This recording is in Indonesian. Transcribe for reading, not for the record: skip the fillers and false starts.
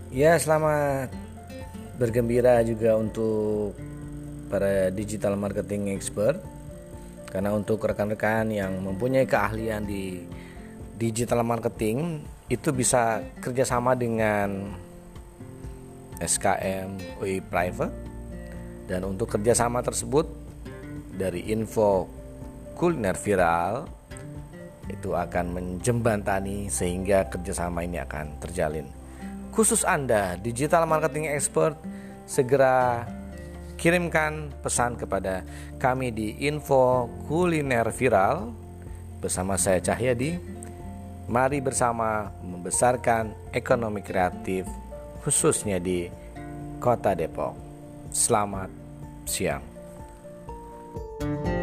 Ya, selamat bergembira juga untuk para digital marketing expert. Karena untuk rekan-rekan yang mempunyai keahlian di digital marketing itu bisa kerjasama dengan SKM UI Private. Dan untuk kerjasama tersebut dari info kuliner viral itu akan menjembatani sehingga kerjasama ini akan terjalin. Khusus Anda digital marketing expert, segera kirimkan pesan kepada kami di info kuliner viral bersama saya Cahyadi. Mari bersama membesarkan ekonomi kreatif khususnya di Kota Depok. Selamat siang.